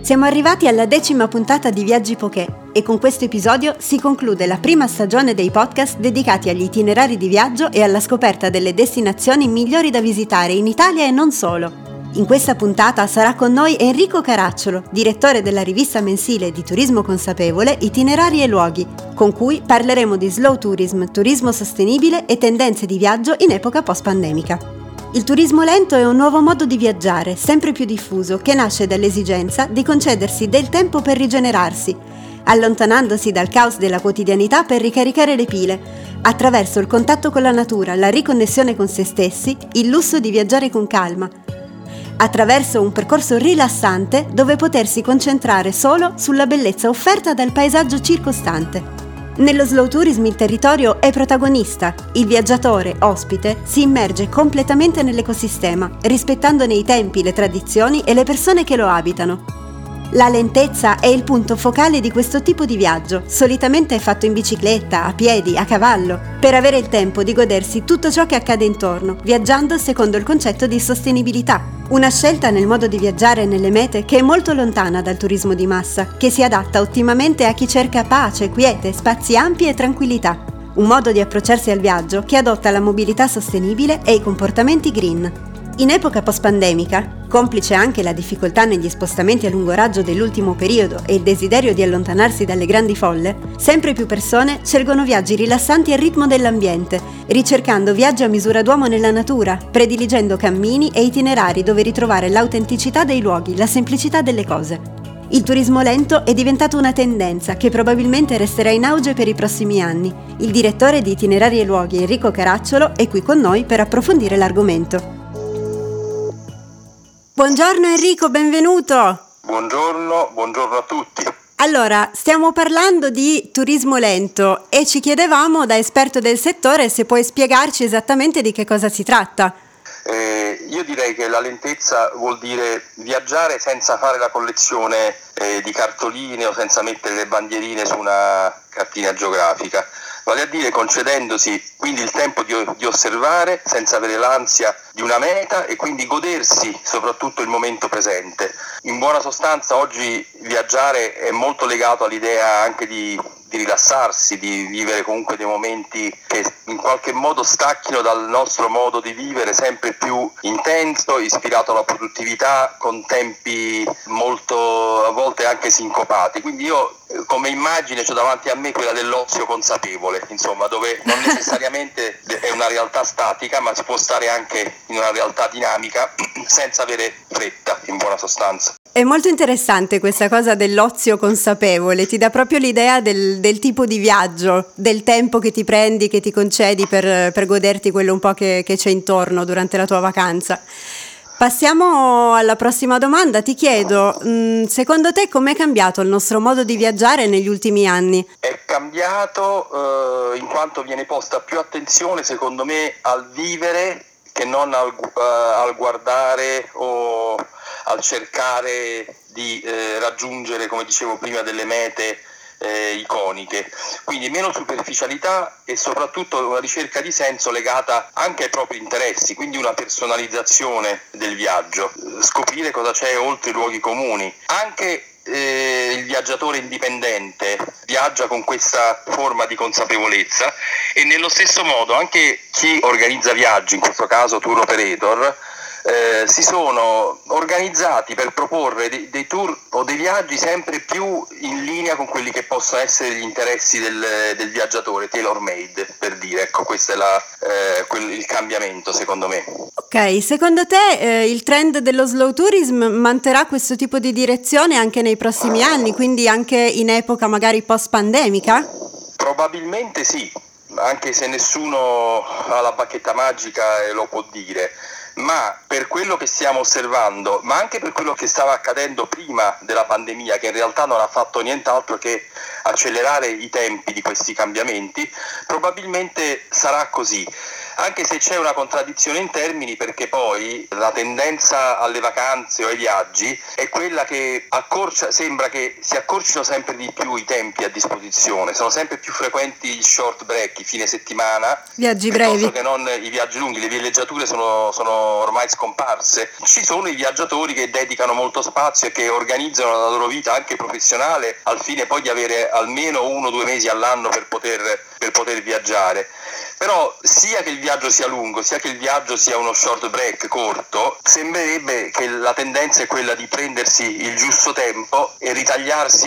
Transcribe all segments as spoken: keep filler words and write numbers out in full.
Siamo arrivati alla decima puntata di Viaggi Poké e con questo episodio si conclude la prima stagione dei podcast dedicati agli itinerari di viaggio e alla scoperta delle destinazioni migliori da visitare in Italia e non solo. In questa puntata sarà con noi Enrico Caracciolo, direttore della rivista mensile di turismo consapevole Itinerari e Luoghi, con cui parleremo di slow tourism, turismo sostenibile e tendenze di viaggio in epoca post-pandemica. Il turismo lento è un nuovo modo di viaggiare, sempre più diffuso, che nasce dall'esigenza di concedersi del tempo per rigenerarsi, allontanandosi dal caos della quotidianità per ricaricare le pile, attraverso il contatto con la natura, la riconnessione con se stessi, il lusso di viaggiare con calma, attraverso un percorso rilassante dove potersi concentrare solo sulla bellezza offerta dal paesaggio circostante. Nello slow tourism il territorio è protagonista, il viaggiatore, ospite, si immerge completamente nell'ecosistema, rispettandone i tempi, le tradizioni e le persone che lo abitano. La lentezza è il punto focale di questo tipo di viaggio, solitamente fatto in bicicletta, a piedi, a cavallo, per avere il tempo di godersi tutto ciò che accade intorno, viaggiando secondo il concetto di sostenibilità. Una scelta nel modo di viaggiare nelle mete che è molto lontana dal turismo di massa, che si adatta ottimamente a chi cerca pace, quiete, spazi ampi e tranquillità. Un modo di approcciarsi al viaggio che adotta la mobilità sostenibile e i comportamenti green. In epoca post-pandemica, complice anche la difficoltà negli spostamenti a lungo raggio dell'ultimo periodo e il desiderio di allontanarsi dalle grandi folle, sempre più persone scelgono viaggi rilassanti al ritmo dell'ambiente, ricercando viaggi a misura d'uomo nella natura, prediligendo cammini e itinerari dove ritrovare l'autenticità dei luoghi, la semplicità delle cose. Il turismo lento è diventato una tendenza che probabilmente resterà in auge per i prossimi anni. Il direttore di Itinerari e Luoghi, Enrico Caracciolo, è qui con noi per approfondire l'argomento. Buongiorno Enrico, benvenuto! Buongiorno, buongiorno a tutti. Allora, stiamo parlando di turismo lento e ci chiedevamo da esperto del settore se puoi spiegarci esattamente di che cosa si tratta. Eh, io direi che la lentezza vuol dire viaggiare senza fare la collezione eh, di cartoline o senza mettere le bandierine su una cartina geografica, vale a dire concedendosi quindi il tempo di, di osservare senza avere l'ansia di una meta e quindi godersi soprattutto il momento presente. In buona sostanza oggi viaggiare è molto legato all'idea anche di, di rilassarsi, di vivere comunque dei momenti che in qualche modo stacchino dal nostro modo di vivere sempre più intenso, ispirato alla produttività, con tempi molto a volte anche sincopati. Quindi io come immagine c'ho davanti a me quella dell'ozio consapevole, insomma, dove non necessariamente è una realtà statica, ma si può stare anche in una realtà dinamica senza avere fretta, in buona sostanza. È molto interessante questa cosa dell'ozio consapevole, ti dà proprio l'idea del, del tipo di viaggio, del tempo che ti prendi, che ti concedi per, per goderti quello un po' che, che c'è intorno durante la tua vacanza. Passiamo alla prossima domanda, ti chiedo, mh, secondo te com'è cambiato il nostro modo di viaggiare negli ultimi anni? È cambiato eh, in quanto viene posta più attenzione, secondo me, al vivere che non al, uh, al guardare o al cercare di eh, raggiungere, come dicevo prima, delle mete eh, iconiche. Quindi meno superficialità e soprattutto una ricerca di senso legata anche ai propri interessi, quindi una personalizzazione del viaggio, scoprire cosa c'è oltre i luoghi comuni. Anche eh, il viaggiatore indipendente viaggia con questa forma di consapevolezza e nello stesso modo anche chi organizza viaggi, in questo caso tour operator, Eh, si sono organizzati per proporre dei, dei tour o dei viaggi sempre più in linea con quelli che possono essere gli interessi del, del viaggiatore, tailor made, per dire, ecco, questo è la, eh, quel, il cambiamento secondo me. Ok, secondo te eh, il trend dello slow tourism manterrà questo tipo di direzione anche nei prossimi anni, quindi anche in epoca magari post-pandemica? Probabilmente sì, anche se nessuno ha la bacchetta magica e lo può dire. Ma per quello che stiamo osservando, ma anche per quello che stava accadendo prima della pandemia, che in realtà non ha fatto nient'altro che accelerare i tempi di questi cambiamenti, probabilmente sarà così. Anche se c'è una contraddizione in termini, perché poi la tendenza alle vacanze o ai viaggi è quella che accorcia, sembra che si accorcino sempre di più i tempi a disposizione, sono sempre più frequenti gli short break, i fine settimana, viaggi piuttosto brevi, che non i viaggi lunghi. Le villeggiature sono, sono ormai scomparse. Ci sono i viaggiatori che dedicano molto spazio e che organizzano la loro vita anche professionale al fine poi di avere almeno uno o due mesi all'anno per poter, per poter viaggiare. Però sia che il viaggio sia lungo, sia che il viaggio sia uno short break corto, sembrerebbe che la tendenza è quella di prendersi il giusto tempo e ritagliarsi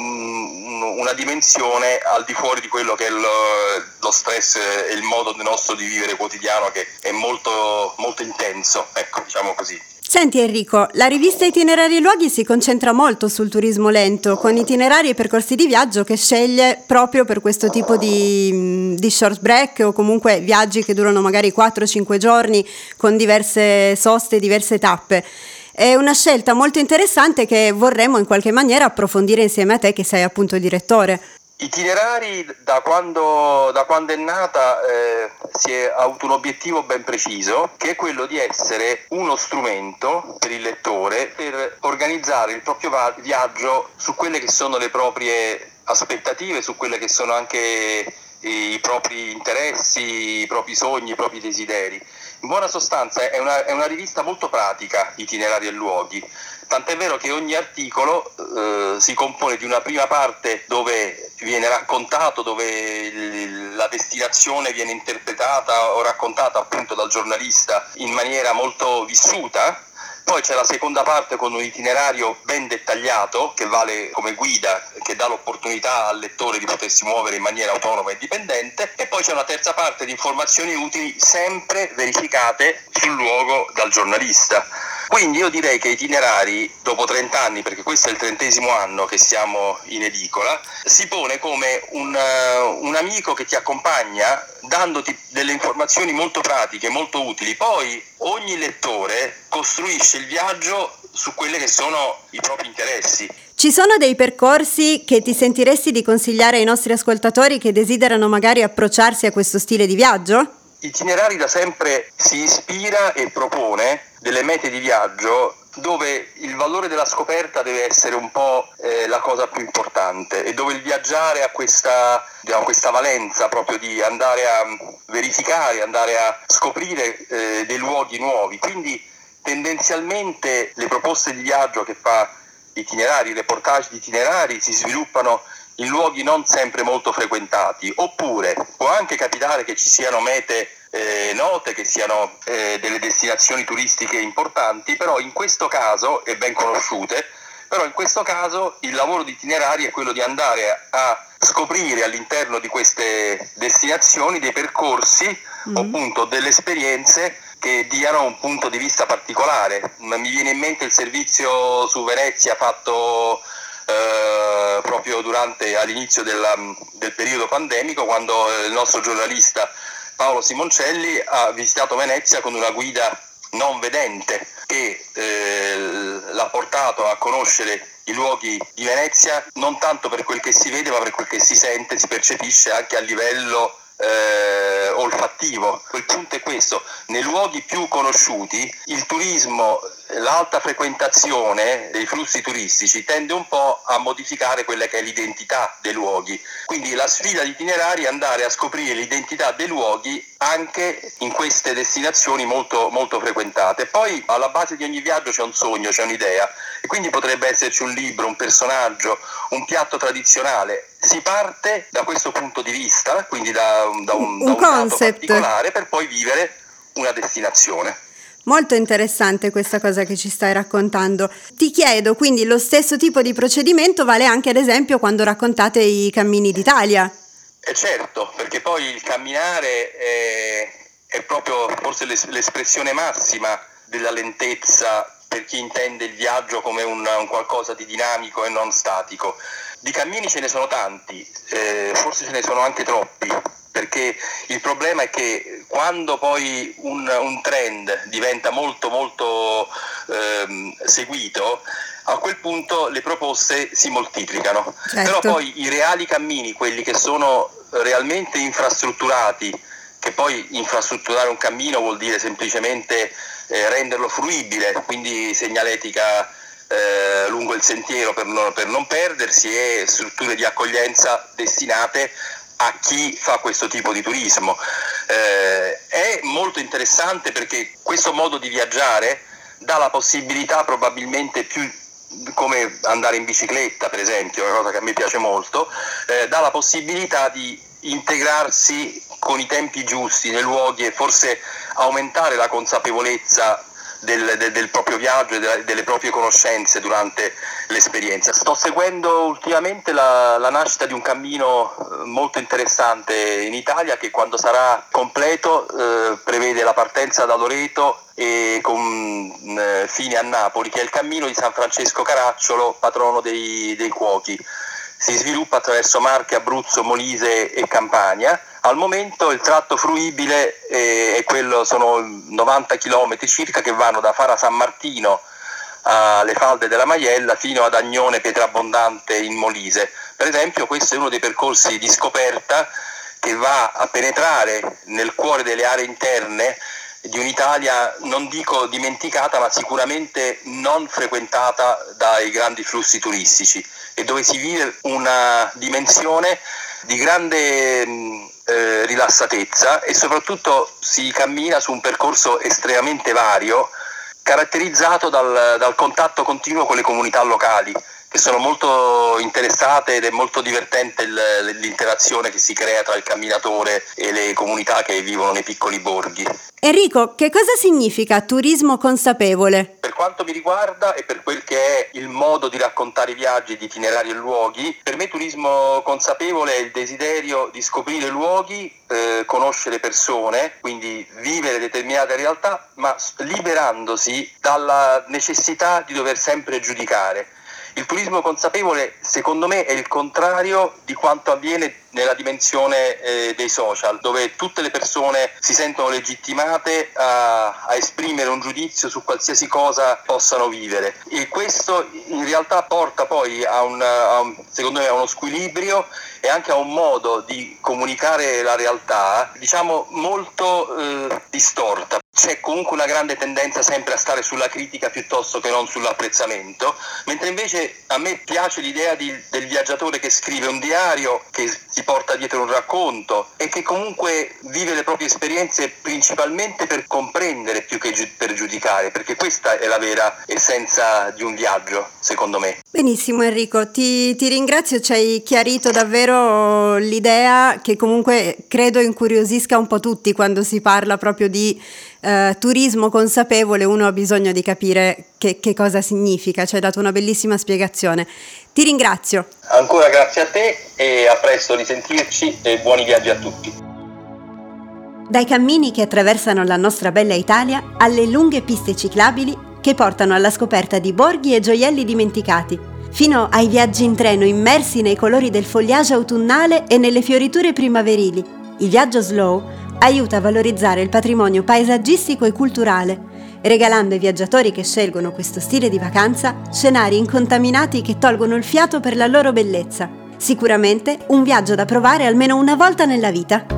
un, una dimensione al di fuori di quello che è lo, lo stress e il modo nostro di vivere quotidiano, che è molto, molto intenso, ecco, diciamo così. Senti Enrico, la rivista Itinerari e Luoghi si concentra molto sul turismo lento, con itinerari e percorsi di viaggio che sceglie proprio per questo tipo di, di short break o comunque viaggi che durano magari quattro cinque giorni con diverse soste, diverse tappe. È una scelta molto interessante che vorremmo in qualche maniera approfondire insieme a te, che sei appunto direttore. Itinerari, da quando, da quando è nata, eh, si è avuto un obiettivo ben preciso, che è quello di essere uno strumento per il lettore per organizzare il proprio viaggio su quelle che sono le proprie aspettative, su quelle che sono anche i propri interessi, i propri sogni, i propri desideri. In buona sostanza è una, è una rivista molto pratica, Itinerari e Luoghi. Tant'è vero che ogni articolo eh, si compone di una prima parte dove viene raccontato, dove il, la destinazione viene interpretata o raccontata appunto dal giornalista in maniera molto vissuta. Poi c'è la seconda parte con un itinerario ben dettagliato che vale come guida, che dà l'opportunità al lettore di potersi muovere in maniera autonoma e indipendente, e poi c'è una terza parte di informazioni utili sempre verificate sul luogo dal giornalista. Quindi io direi che Itinerari, dopo trenta anni, perché questo è il trentesimo anno che siamo in edicola, si pone come un, uh, un amico che ti accompagna dandoti delle informazioni molto pratiche, molto utili. Poi ogni lettore costruisce il viaggio su quelli che sono i propri interessi. Ci sono dei percorsi che ti sentiresti di consigliare ai nostri ascoltatori che desiderano magari approcciarsi a questo stile di viaggio? Itinerari da sempre si ispira e propone delle mete di viaggio dove il valore della scoperta deve essere un po' eh, la cosa più importante, e dove il viaggiare ha questa, diciamo, questa valenza proprio di andare a verificare, andare a scoprire eh, dei luoghi nuovi. Quindi tendenzialmente le proposte di viaggio che fa Itinerari, i reportage di Itinerari si sviluppano in luoghi non sempre molto frequentati, oppure può anche capitare che ci siano mete eh, note, che siano eh, delle destinazioni turistiche importanti, però in questo caso, e ben conosciute, però in questo caso il lavoro di Itinerari è quello di andare a, a scoprire all'interno di queste destinazioni dei percorsi, mm-hmm. o appunto delle esperienze che diano un punto di vista particolare. Mi viene in mente il servizio su Venezia fatto Uh, proprio durante all'inizio della, del periodo pandemico, quando il nostro giornalista Paolo Simoncelli ha visitato Venezia con una guida non vedente che eh, l'ha portato a conoscere i luoghi di Venezia non tanto per quel che si vede, ma per quel che si sente, si percepisce anche a livello eh, olfattivo. Il punto è questo: nei luoghi più conosciuti il turismo, l'alta frequentazione dei flussi turistici tende un po' a modificare quella che è l'identità dei luoghi. Quindi la sfida di Itinerari è andare a scoprire l'identità dei luoghi anche in queste destinazioni molto, molto frequentate. Poi alla base di ogni viaggio c'è un sogno, c'è un'idea, e quindi potrebbe esserci un libro, un personaggio, un piatto tradizionale. Si parte da questo punto di vista, quindi da, da un, un, da un concept dato particolare, per poi vivere una destinazione. Molto interessante questa cosa che ci stai raccontando. Ti chiedo, quindi lo stesso tipo di procedimento vale anche ad esempio quando raccontate i cammini d'Italia? Eh certo, perché poi il camminare è, è proprio forse l'espressione massima della lentezza per chi intende il viaggio come un, un qualcosa di dinamico e non statico. Di cammini ce ne sono tanti, eh, forse ce ne sono anche troppi, perché il problema è che quando poi un, un trend diventa molto molto ehm, seguito, a quel punto le proposte si moltiplicano. Certo. Però poi i reali cammini, quelli che sono realmente infrastrutturati, che poi infrastrutturare un cammino vuol dire semplicemente eh, renderlo fruibile, quindi segnaletica eh, lungo il sentiero per non, per non perdersi, e strutture di accoglienza destinate a chi fa questo tipo di turismo. Eh, è molto interessante perché questo modo di viaggiare dà la possibilità, probabilmente più come andare in bicicletta per esempio, una cosa che a me piace molto, eh, dà la possibilità di integrarsi con i tempi giusti nei luoghi e forse aumentare la consapevolezza del, del, del proprio viaggio e delle, delle proprie conoscenze durante l'esperienza. Sto seguendo ultimamente la, la nascita di un cammino molto interessante in Italia che, quando sarà completo, eh, prevede la partenza da Loreto e con eh, fine a Napoli, che è il cammino di San Francesco Caracciolo, patrono dei, dei cuochi. Si sviluppa attraverso Marche, Abruzzo, Molise e Campania. Al momento il tratto fruibile è, è quello, sono novanta chilometri circa, che vanno da Fara San Martino alle falde della Maiella fino ad Agnone Pietrabondante in Molise. Per esempio, questo è uno dei percorsi di scoperta che va a penetrare nel cuore delle aree interne di un'Italia, non dico dimenticata, ma sicuramente non frequentata dai grandi flussi turistici, e dove si vive una dimensione di grande eh, rilassatezza, e soprattutto si cammina su un percorso estremamente vario, caratterizzato dal, dal contatto continuo con le comunità locali, che sono molto interessate, ed è molto divertente il, l'interazione che si crea tra il camminatore e le comunità che vivono nei piccoli borghi. Enrico, che cosa significa turismo consapevole? Per quanto mi riguarda, e per quel che è il modo di raccontare i viaggi, di itinerari e luoghi, per me turismo consapevole è il desiderio di scoprire luoghi, eh, conoscere persone, quindi vivere determinate realtà, ma liberandosi dalla necessità di dover sempre giudicare. Il turismo consapevole, secondo me, è il contrario di quanto avviene nella dimensione eh, dei social, dove tutte le persone si sentono legittimate a, a esprimere un giudizio su qualsiasi cosa possano vivere, e questo in realtà porta poi a un, a un, secondo me, a uno squilibrio e anche a un modo di comunicare la realtà, diciamo, molto eh, distorta. C'è comunque una grande tendenza sempre a stare sulla critica piuttosto che non sull'apprezzamento, mentre invece a me piace l'idea di, del viaggiatore che scrive un diario, che si porta dietro un racconto e che comunque vive le proprie esperienze principalmente per comprendere più che gi- per giudicare, perché questa è la vera essenza di un viaggio, secondo me. Benissimo Enrico, ti, ti ringrazio, ci hai chiarito davvero l'idea che comunque credo incuriosisca un po' tutti quando si parla proprio di eh, turismo consapevole. Uno ha bisogno di capire che, che cosa significa, ci hai dato una bellissima spiegazione. Ti ringrazio. Ancora grazie a te e a presto, risentirci e buoni viaggi a tutti. Dai cammini che attraversano la nostra bella Italia alle lunghe piste ciclabili che portano alla scoperta di borghi e gioielli dimenticati, fino ai viaggi in treno immersi nei colori del fogliage autunnale e nelle fioriture primaverili. Il viaggio slow aiuta a valorizzare il patrimonio paesaggistico e culturale, regalando ai viaggiatori che scelgono questo stile di vacanza scenari incontaminati che tolgono il fiato per la loro bellezza. Sicuramente un viaggio da provare almeno una volta nella vita.